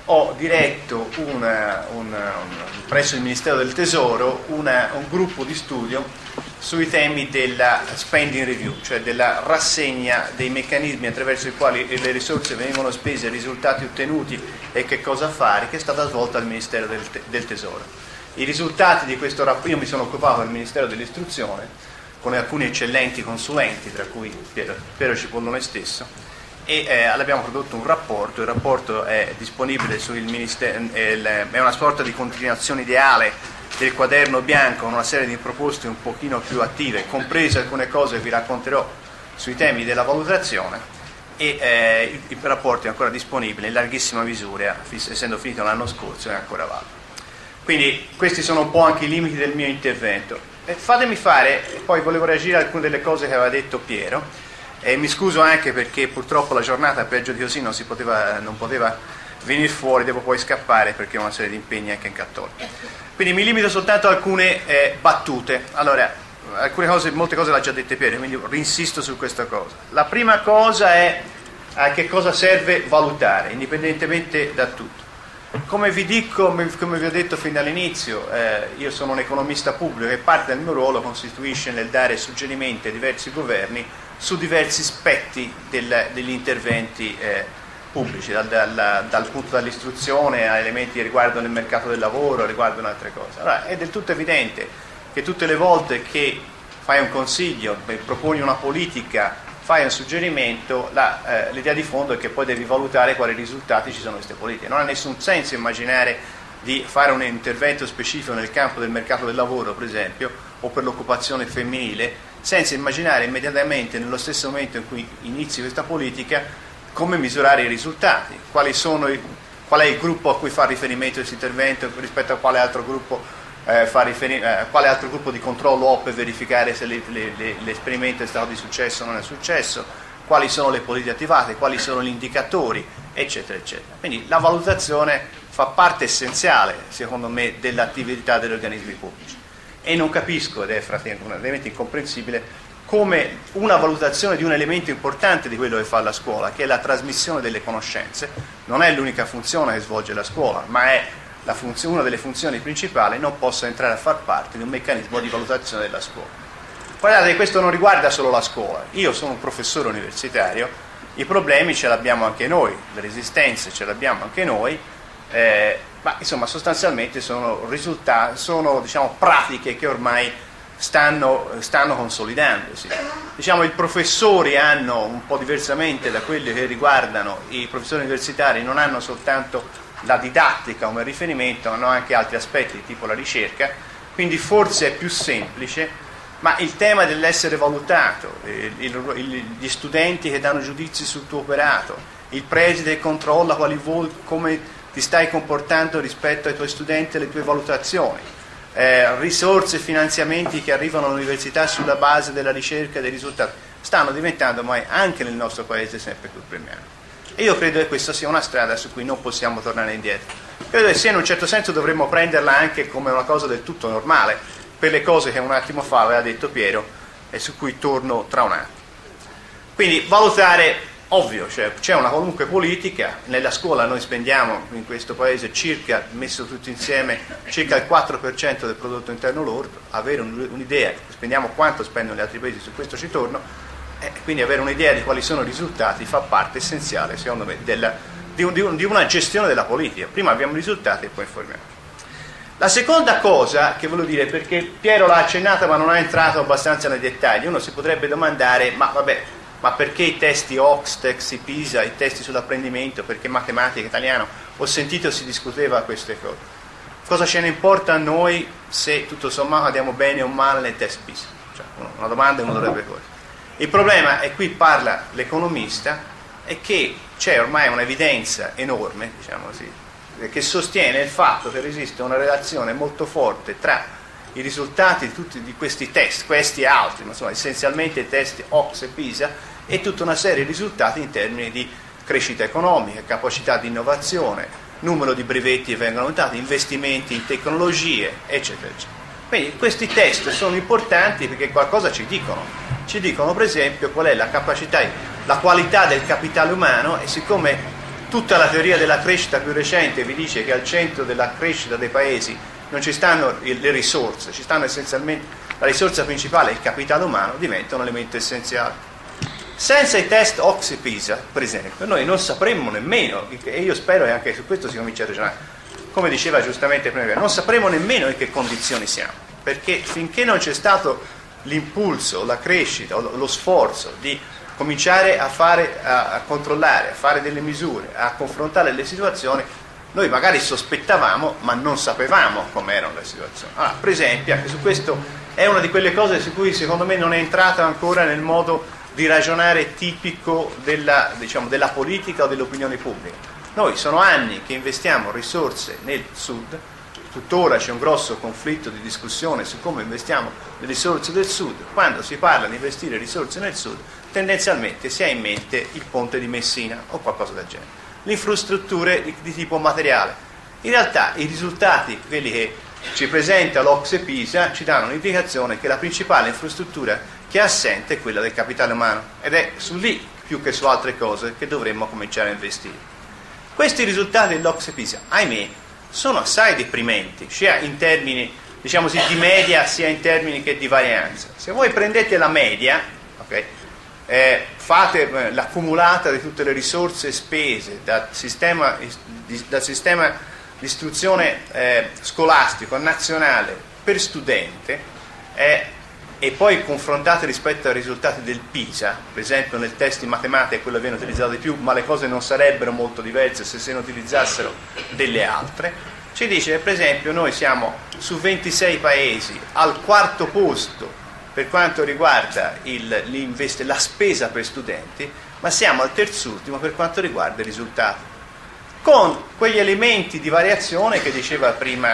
ho diretto una, una, un, presso il Ministero del Tesoro una, un gruppo di studio sui temi della spending review, cioè della rassegna dei meccanismi attraverso i quali le risorse venivano spese, i risultati ottenuti e che cosa fare, che è stata svolta al Ministero del, del Tesoro. I risultati di questo rapporto, io mi sono occupato del Ministero dell'Istruzione con alcuni eccellenti consulenti, tra cui Piero, Piero Cipollone stesso, e eh, abbiamo prodotto un rapporto. Il rapporto è disponibile sul Ministero, è una sorta di continuazione ideale del quaderno bianco, con una serie di proposte un pochino più attive, comprese alcune cose che vi racconterò sui temi della valutazione, e eh, il, il rapporto è ancora disponibile in larghissima misura, essendo finito l'anno scorso, è ancora valido. Quindi questi sono un po' anche i limiti del mio intervento. E fatemi fare, e poi volevo reagire a alcune delle cose che aveva detto Piero, e mi scuso anche perché purtroppo la giornata peggio di così non si poteva, non poteva venire fuori, devo poi scappare perché ho una serie di impegni anche in Cattolica. Quindi mi limito soltanto a alcune eh, battute. Allora, alcune cose, molte cose l'ha già dette Piero, quindi insisto su questa cosa. La prima cosa è a che cosa serve valutare, indipendentemente da tutto. Come vi dico, come vi ho detto fin dall'inizio, eh, io sono un economista pubblico e parte del mio ruolo costituisce nel dare suggerimenti a diversi governi su diversi aspetti del, degli interventi eh, pubblici, dal, dal, dal punto dell'istruzione a elementi che riguardano il mercato del lavoro, riguardano altre cose. Allora, è del tutto evidente che tutte le volte che fai un consiglio, proponi una politica, fai un suggerimento, la, eh, l'idea di fondo è che poi devi valutare quali risultati ci sono queste politiche. Non ha nessun senso immaginare di fare un intervento specifico nel campo del mercato del lavoro, per esempio, o per l'occupazione femminile, senza immaginare immediatamente, nello stesso momento in cui inizi questa politica, come misurare i risultati, quali sono i, qual è il gruppo a cui fa riferimento questo intervento rispetto a quale altro gruppo eh, fa riferi- eh, quale altro gruppo di controllo ho per verificare se le, le, le, l'esperimento è stato di successo o non è successo, quali sono le politiche attivate, quali sono gli indicatori, eccetera, eccetera. Quindi la valutazione fa parte essenziale, secondo me, dell'attività degli organismi pubblici. E non capisco, ed è francamente incomprensibile, come una valutazione di un elemento importante di quello che fa la scuola, che è la trasmissione delle conoscenze, non è l'unica funzione che svolge la scuola, ma è la funzione, una delle funzioni principali, non possa entrare a far parte di un meccanismo di valutazione della scuola. Guardate, questo non riguarda solo la scuola. Io sono un professore universitario, i problemi ce l'abbiamo anche noi, le resistenze ce l'abbiamo anche noi, eh, ma insomma sostanzialmente sono risultati, sono diciamo pratiche che ormai stanno, stanno consolidandosi. Diciamo i professori hanno un po' diversamente da quelli che riguardano i professori universitari, non hanno soltanto la didattica come riferimento, ma hanno anche altri aspetti tipo la ricerca, quindi forse è più semplice, ma il tema dell'essere valutato, il, il, gli studenti che danno giudizi sul tuo operato, il preside che controlla quali vol- come ti stai comportando rispetto ai tuoi studenti e alle tue valutazioni, eh, risorse e finanziamenti che arrivano all'università sulla base della ricerca e dei risultati, stanno diventando ormai anche nel nostro paese sempre più premiati. E io credo che questa sia una strada su cui non possiamo tornare indietro. Credo che sia in un certo senso dovremmo prenderla anche come una cosa del tutto normale, per le cose che un attimo fa aveva detto Piero e su cui torno tra un attimo. Quindi valutare, ovvio, cioè, c'è una qualunque politica, nella scuola noi spendiamo in questo paese circa, messo tutto insieme, circa il quattro per cento del prodotto interno lordo, avere un, un'idea, spendiamo quanto spendono gli altri paesi, su questo ci torno, eh, quindi avere un'idea di quali sono i risultati fa parte essenziale, secondo me, della, di, un, di, un, di una gestione della politica. Prima abbiamo i risultati e poi informiamo. La seconda cosa che volevo dire, perché Piero l'ha accennata ma non ha entrato abbastanza nei dettagli, uno si potrebbe domandare, ma vabbè, ma perché i testi Oxtex, i PISA, i testi sull'apprendimento, perché matematica, italiano, ho sentito si discuteva queste cose. Cosa ce ne importa a noi se tutto sommato andiamo bene o male nei test PISA? Cioè, una domanda che uno dovrebbe porre. Il problema, e qui parla l'economista, è che c'è ormai un'evidenza enorme, diciamo così, che sostiene il fatto che esiste una relazione molto forte tra i risultati di tutti di questi test, questi e altri, ma insomma essenzialmente i test O C S e PISA, e tutta una serie di risultati in termini di crescita economica, capacità di innovazione, numero di brevetti che vengono aumentati, investimenti in tecnologie, eccetera, eccetera. Quindi questi test sono importanti perché qualcosa ci dicono. Ci dicono per esempio qual è la capacità, la qualità del capitale umano, e siccome Tutta la teoria della crescita più recente vi dice che al centro della crescita dei paesi non ci stanno le risorse, ci stanno essenzialmente la risorsa principale, il capitale umano, diventa un elemento essenziale. Senza i test O C S E PISA, per esempio, noi non sapremmo nemmeno, e io spero che anche su questo si cominci a ragionare, come diceva giustamente prima, non sapremo nemmeno in che condizioni siamo, perché finché non c'è stato l'impulso, la crescita, lo sforzo di cominciare a fare, a, a controllare, a fare delle misure, a confrontare le situazioni, noi magari sospettavamo, ma non sapevamo com'erano le situazioni. Allora, per esempio, anche su questo è una di quelle cose su cui secondo me non è entrata ancora nel modo di ragionare tipico della, diciamo, della politica o dell'opinione pubblica. Noi sono anni che investiamo risorse nel Sud, tuttora c'è un grosso conflitto di discussione su come investiamo le risorse del Sud. Quando si parla di investire risorse nel Sud, tendenzialmente si ha in mente il ponte di Messina o qualcosa del genere, le infrastrutture di, di tipo materiale. In realtà i risultati, quelli che ci presenta l'O C S E PISA, ci danno un'indicazione che la principale infrastruttura che è assente è quella del capitale umano, ed è su lì più che su altre cose che dovremmo cominciare a investire. Questi risultati dell'O C S E PISA, ahimè, sono assai deprimenti, sia in termini, diciamo così, di media, sia in termini che di varianza. Se voi prendete la media, okay, eh, fate eh, l'accumulata di tutte le risorse spese dal sistema di, dal sistema di istruzione eh, scolastico nazionale per studente, eh, e poi confrontate rispetto ai risultati del PISA, per esempio nel test di matematica quello viene utilizzato di più, ma le cose non sarebbero molto diverse se se ne utilizzassero delle altre, ci dice che per esempio noi siamo su ventisei paesi al quarto posto per quanto riguarda il, la spesa per studenti, ma siamo al terzultimo per quanto riguarda i risultati, con quegli elementi di variazione che diceva prima,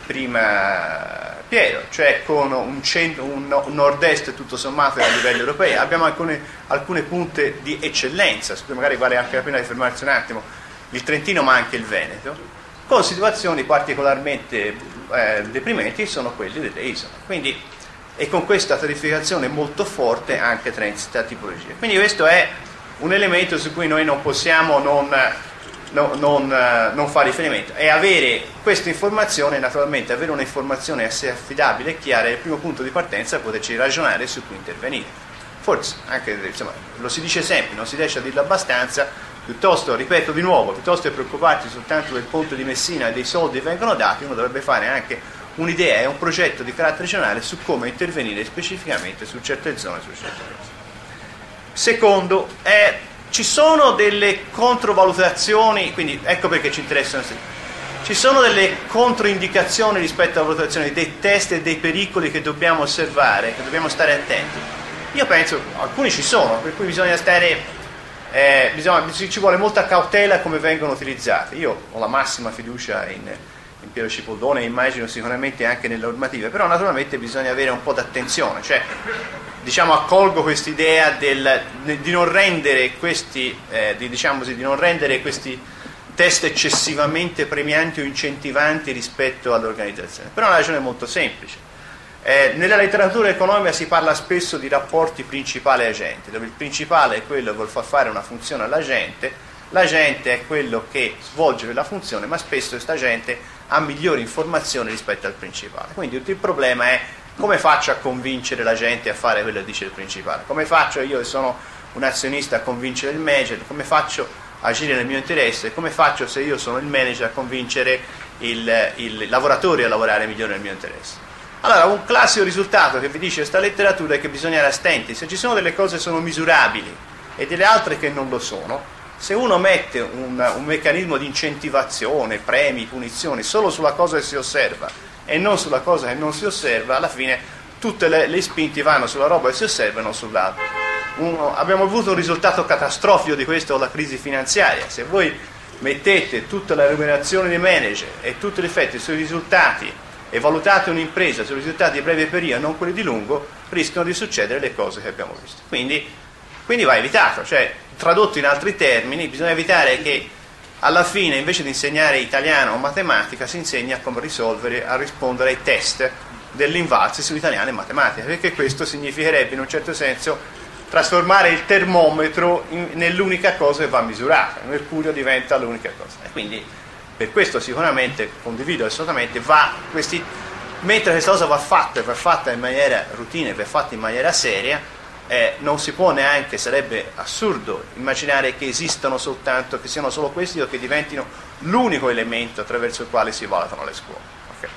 prima Piero, cioè con un, centro, un nord-est tutto sommato a livello europeo. Abbiamo alcune, alcune punte di eccellenza, su cui magari vale anche la pena di fermarsi un attimo, il Trentino ma anche il Veneto, con situazioni particolarmente eh, deprimenti sono quelli delle isole. Quindi, e con questa tarificazione molto forte anche tra questa tipologia. Quindi questo è un elemento su cui noi non possiamo non... No, non, uh, non fa riferimento, e avere questa informazione, naturalmente avere un'informazione assai affidabile e chiara è il primo punto di partenza per poterci ragionare su cui intervenire. Forse anche, insomma, lo si dice sempre, non si riesce a dirlo abbastanza, piuttosto, ripeto di nuovo, piuttosto che preoccuparsi soltanto del ponte di Messina e dei soldi che vengono dati, uno dovrebbe fare anche un'idea e un progetto di carattere regionale su come intervenire specificamente su certe zone, su certe cose. Secondo è ci sono delle controvalutazioni, quindi ecco perché ci interessano, ci sono delle controindicazioni rispetto alla valutazione dei test e dei pericoli che dobbiamo osservare, che dobbiamo stare attenti. Io penso, alcuni ci sono, per cui bisogna stare, eh, bisogna, ci vuole molta cautela come vengono utilizzati. Io ho la massima fiducia in, in Piero Cipollone e immagino sicuramente anche nelle normative, però naturalmente bisogna avere un po' d'attenzione, cioè diciamo accolgo quest'idea del, di non rendere questi eh, di, diciamo così, di non rendere questi test eccessivamente premianti o incentivanti rispetto all'organizzazione, però una ragione molto semplice. Eh, nella letteratura economica si parla spesso di rapporti principale-agente, dove il principale è quello che vuol far fare una funzione all'agente, l'agente è quello che svolge quella funzione, ma spesso questa agente ha migliori informazioni rispetto al principale. Quindi tutto il problema è: come faccio a convincere la gente a fare quello che dice il principale? Come faccio io che sono un azionista a convincere il manager? Come faccio a agire nel mio interesse? Come faccio, se io sono il manager, a convincere il, il lavoratore a lavorare migliore nel mio interesse? Allora, un classico risultato che vi dice questa letteratura è che bisogna essere attenti. Se ci sono delle cose che sono misurabili e delle altre che non lo sono, se uno mette un, un meccanismo di incentivazione, premi, punizioni solo sulla cosa che si osserva e non sulla cosa che non si osserva, alla fine tutte le, le spinte vanno sulla roba che si osserva e non sull'altra. Uno, abbiamo avuto un risultato catastrofico di questo con la crisi finanziaria. Se voi mettete tutta la remunerazione dei manager e tutti gli effetti sui risultati e valutate un'impresa sui risultati di breve periodo e non quelli di lungo, rischiano di succedere le cose che abbiamo visto. Quindi, quindi va evitato, cioè tradotto in altri termini, bisogna evitare che alla fine, invece di insegnare italiano o matematica, si insegna a come risolvere, a rispondere ai test dell'Invalsi su italiano e matematica, perché questo significherebbe in un certo senso trasformare il termometro in, nell'unica cosa che va misurata. Il mercurio diventa l'unica cosa. E quindi per questo sicuramente condivido assolutamente, va questi, mentre questa cosa va fatta, va fatta in maniera routine, va fatta in maniera seria, eh, non si può neanche, sarebbe assurdo immaginare che esistano soltanto, che siano solo questi o che diventino l'unico elemento attraverso il quale si valutano le scuole. Okay.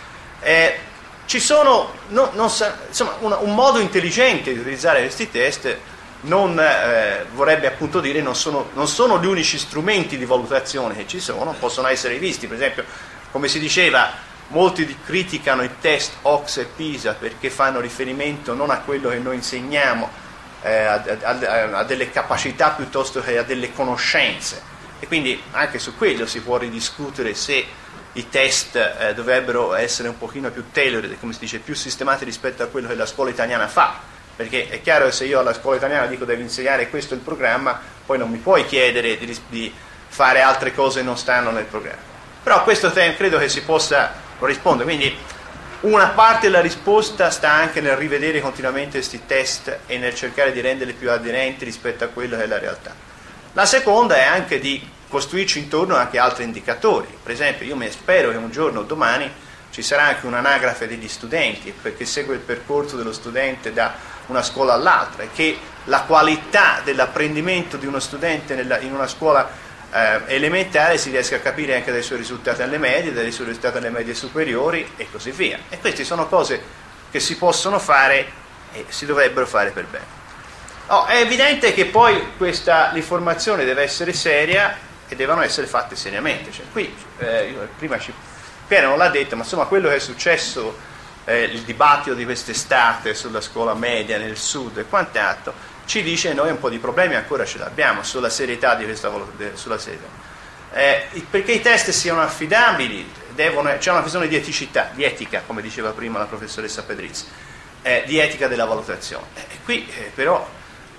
Eh, ci sono no, non sa, insomma, un, un modo intelligente di utilizzare questi test. Non eh, vorrebbe appunto dire non sono, non sono gli unici strumenti di valutazione che ci sono, possono essere visti, per esempio, come si diceva, molti criticano i test O C S e PISA perché fanno riferimento non a quello che noi insegniamo, eh, a, a, a delle capacità piuttosto che a delle conoscenze, e quindi anche su quello si può ridiscutere se i test eh, dovrebbero essere un pochino più tailored, come si dice, più sistemati rispetto a quello che la scuola italiana fa. Perché è chiaro che se io alla scuola italiana dico devi insegnare questo è il programma, poi non mi puoi chiedere di, di fare altre cose che non stanno nel programma. Però a questo tema credo che si possa rispondere, quindi una parte della risposta sta anche nel rivedere continuamente questi test e nel cercare di renderli più aderenti rispetto a quello che è la realtà. La seconda è anche di costruirci intorno anche altri indicatori. Per esempio, io mi spero che un giorno o domani ci sarà anche un'anagrafe degli studenti, perché segue il percorso dello studente da una scuola all'altra, e che la qualità dell'apprendimento di uno studente nella, in una scuola eh, elementare si riesca a capire anche dai suoi risultati alle medie, dai suoi risultati alle medie superiori e così via. E queste sono cose che si possono fare e si dovrebbero fare per bene. Oh, è evidente che poi questa l'informazione deve essere seria e devono essere fatte seriamente. Cioè, qui eh, io prima ci, Piero non l'ha detto, ma insomma quello che è successo, Eh, il dibattito di quest'estate sulla scuola media nel sud e quant'altro, ci dice che noi un po' di problemi ancora ce l'abbiamo sulla serietà di questa sulla serietà. Eh, perché i test siano affidabili devono, c'è una questione di eticità, di etica, come diceva prima la professoressa Pedrizzi, eh, di etica della valutazione. Eh, qui eh, però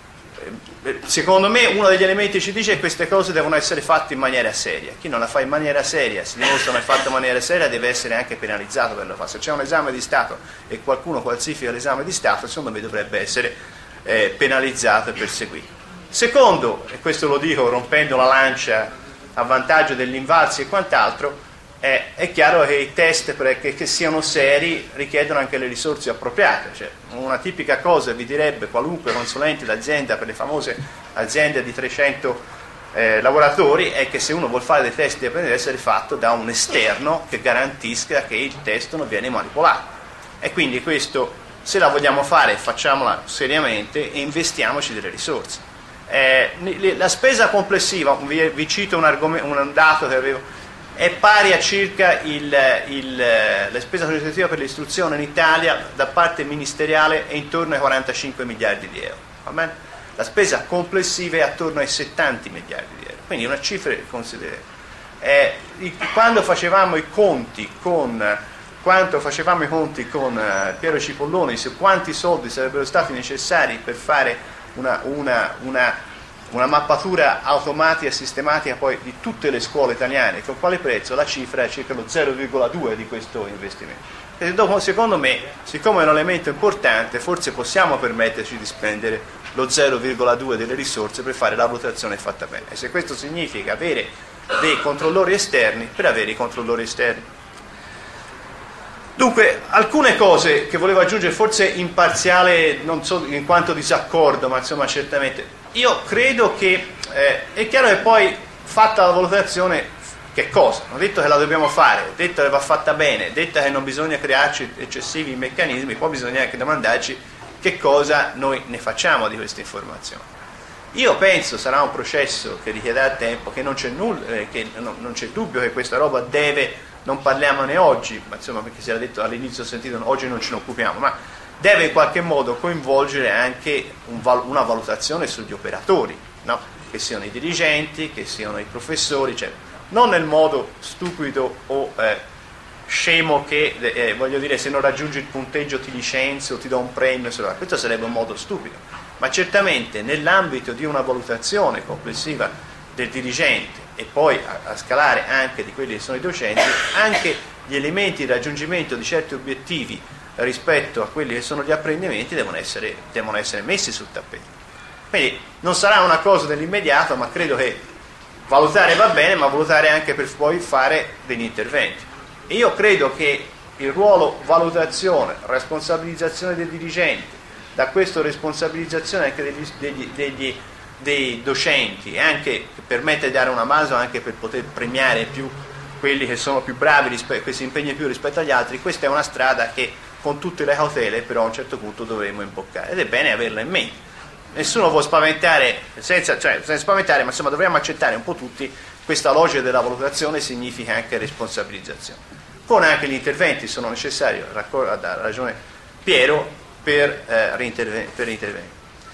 eh, secondo me uno degli elementi ci dice che queste cose devono essere fatte in maniera seria. Chi non la fa in maniera seria, si dimostra non è fatta in maniera seria, deve essere anche penalizzato per la fare. Se c'è un esame di Stato e qualcuno falsifica l'esame di Stato, secondo me dovrebbe essere eh, penalizzato e perseguito. Secondo, e questo lo dico rompendo la lancia a vantaggio degli invalsi e quant'altro, eh, è chiaro che i test perché che siano seri richiedono anche le risorse appropriate. Cioè, una tipica cosa vi direbbe qualunque consulente d'azienda per le famose aziende di trecento eh, lavoratori è che se uno vuol fare dei test deve essere fatto da un esterno che garantisca che il test non viene manipolato, e quindi questo, se la vogliamo fare, facciamola seriamente e investiamoci delle risorse. Eh, la spesa complessiva, vi, vi cito un, argomento, un dato che avevo, è pari a circa il, il, la spesa complessiva per l'istruzione in Italia da parte ministeriale è intorno ai quarantacinque miliardi di euro, va bene? La spesa complessiva è attorno ai settanta miliardi di euro, quindi una cifra considerevole. Eh, quando facevamo i conti con quanto facevamo i conti con uh, Piero Cipolloni su quanti soldi sarebbero stati necessari per fare una, una, una una mappatura automatica e sistematica poi di tutte le scuole italiane, con quale prezzo? La cifra è circa lo zero virgola due di questo investimento. E dopo, secondo me, siccome è un elemento importante, forse possiamo permetterci di spendere lo zero virgola due delle risorse per fare la valutazione fatta bene. E se questo significa avere dei controllori esterni, per avere i controllori esterni. Dunque, alcune cose che volevo aggiungere, forse in parziale, non so in quanto disaccordo, ma insomma certamente. Io credo che eh, è chiaro che poi, fatta la valutazione, che cosa? Non detto che la dobbiamo fare, detto che va fatta bene, detto che non bisogna crearci eccessivi meccanismi, poi bisogna anche domandarci che cosa noi ne facciamo di queste informazioni. Io penso sarà un processo che richiederà tempo, che non c'è nulla, eh, che non, non c'è dubbio che questa roba deve, non parliamone oggi, ma insomma perché si era detto all'inizio, ho sentito oggi non ce ne occupiamo, ma deve in qualche modo coinvolgere anche un val- una valutazione sugli operatori, no? Che siano i dirigenti, che siano i professori, cioè, non nel modo stupido o eh, scemo che, eh, voglio dire, se non raggiungi il punteggio ti licenzio o ti do un premio, questo sarebbe un modo stupido, ma certamente nell'ambito di una valutazione complessiva del dirigente e poi a, a scalare anche di quelli che sono i docenti, anche gli elementi di raggiungimento di certi obiettivi rispetto a quelli che sono gli apprendimenti devono essere, devono essere messi sul tappeto. Quindi non sarà una cosa dell'immediato, ma credo che valutare va bene, ma valutare anche per poi fare degli interventi. E io credo che il ruolo valutazione, responsabilizzazione dei dirigenti, da questo responsabilizzazione anche degli, degli, degli, dei docenti, e anche che permette di dare una mano anche per poter premiare più quelli che sono più bravi, rispe- che si impegnano più rispetto agli altri, questa è una strada che con tutte le cautele però a un certo punto dovremo imboccare, ed è bene averla in mente. Nessuno può spaventare, senza, cioè, senza spaventare, ma insomma dovremmo accettare un po' tutti questa logica della valutazione, significa anche responsabilizzazione. Con anche gli interventi sono necessari, ha ragione Piero, per, eh, reinterven- per intervenire.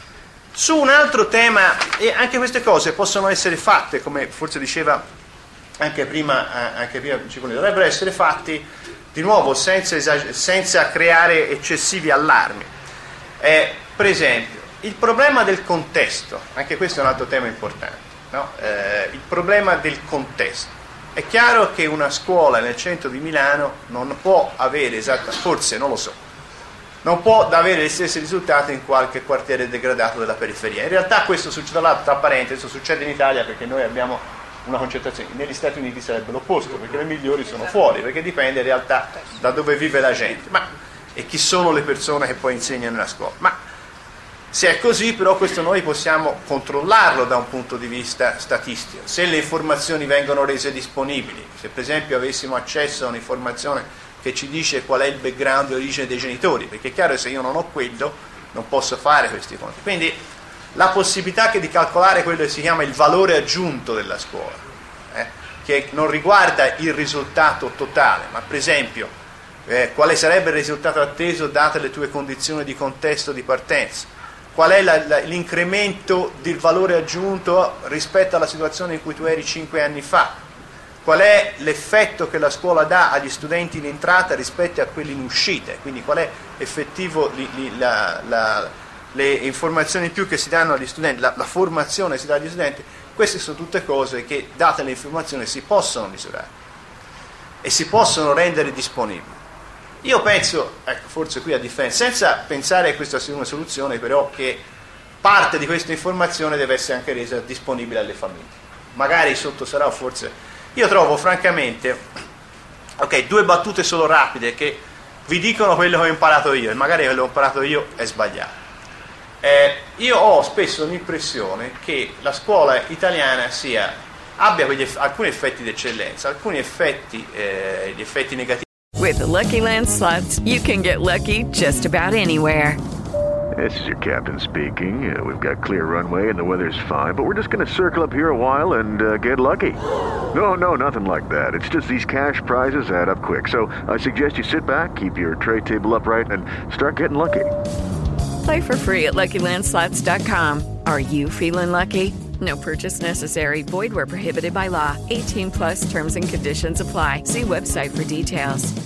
Su un altro tema, e anche queste cose possono essere fatte, come forse diceva anche prima, anche prima dovrebbero essere fatti di nuovo senza, esager- senza creare eccessivi allarmi. Eh, per esempio, il problema del contesto, anche questo è un altro tema importante, no? eh, il problema del contesto. È chiaro che una scuola nel centro di Milano non può avere esatta, forse non lo so, non può avere gli stessi risultati in qualche quartiere degradato della periferia. In realtà questo succede, là, tra parentesi, succede in Italia perché noi abbiamo una concentrazione. Negli Stati Uniti sarebbe l'opposto, perché le migliori sono fuori, perché dipende in realtà da dove vive la gente, ma e chi sono le persone che poi insegnano nella scuola. Ma se è così, però, questo noi possiamo controllarlo da un punto di vista statistico. Se le informazioni vengono rese disponibili, se per esempio avessimo accesso a un'informazione che ci dice qual è il background di origine dei genitori, perché è chiaro che se io non ho quello non posso fare questi conti. Quindi la possibilità che di calcolare quello che si chiama il valore aggiunto della scuola, eh, che non riguarda il risultato totale, ma per esempio eh, quale sarebbe il risultato atteso date le tue condizioni di contesto di partenza, qual è la, la, l'incremento del valore aggiunto rispetto alla situazione in cui tu eri cinque anni fa, qual è l'effetto che la scuola dà agli studenti in entrata rispetto a quelli in uscita, quindi qual è effettivo li, li, la, la, le informazioni in più che si danno agli studenti, la, la formazione che si dà agli studenti. Queste sono tutte cose che, date le informazioni, si possono misurare e si possono rendere disponibili. Io penso, ecco, forse qui a differenza, senza pensare che questa sia una soluzione, però che parte di questa informazione deve essere anche resa disponibile alle famiglie. Magari sotto sarà, forse. Io trovo francamente, ok, due battute solo rapide che vi dicono quello che ho imparato io, e magari quello che ho imparato io è sbagliato. Eh, io ho spesso l'impressione che la scuola italiana sia, abbia quegli, alcuni effetti di eccellenza, alcuni effetti, eh, gli effetti negativi. With the Lucky Land Slots, you can get lucky just about anywhere. This is your captain speaking. Uh, we've got clear runway and the weather's fine, but we're just going to circle up here a while and uh, get lucky. No, no, nothing like that. It's just these cash prizes add up quick. So I suggest you sit back, keep your tray table upright, and start getting lucky. Play for free at Lucky Land Slots dot com. Are you feeling lucky? No purchase necessary. Void where prohibited by law. eighteen plus terms and conditions apply. See website for details.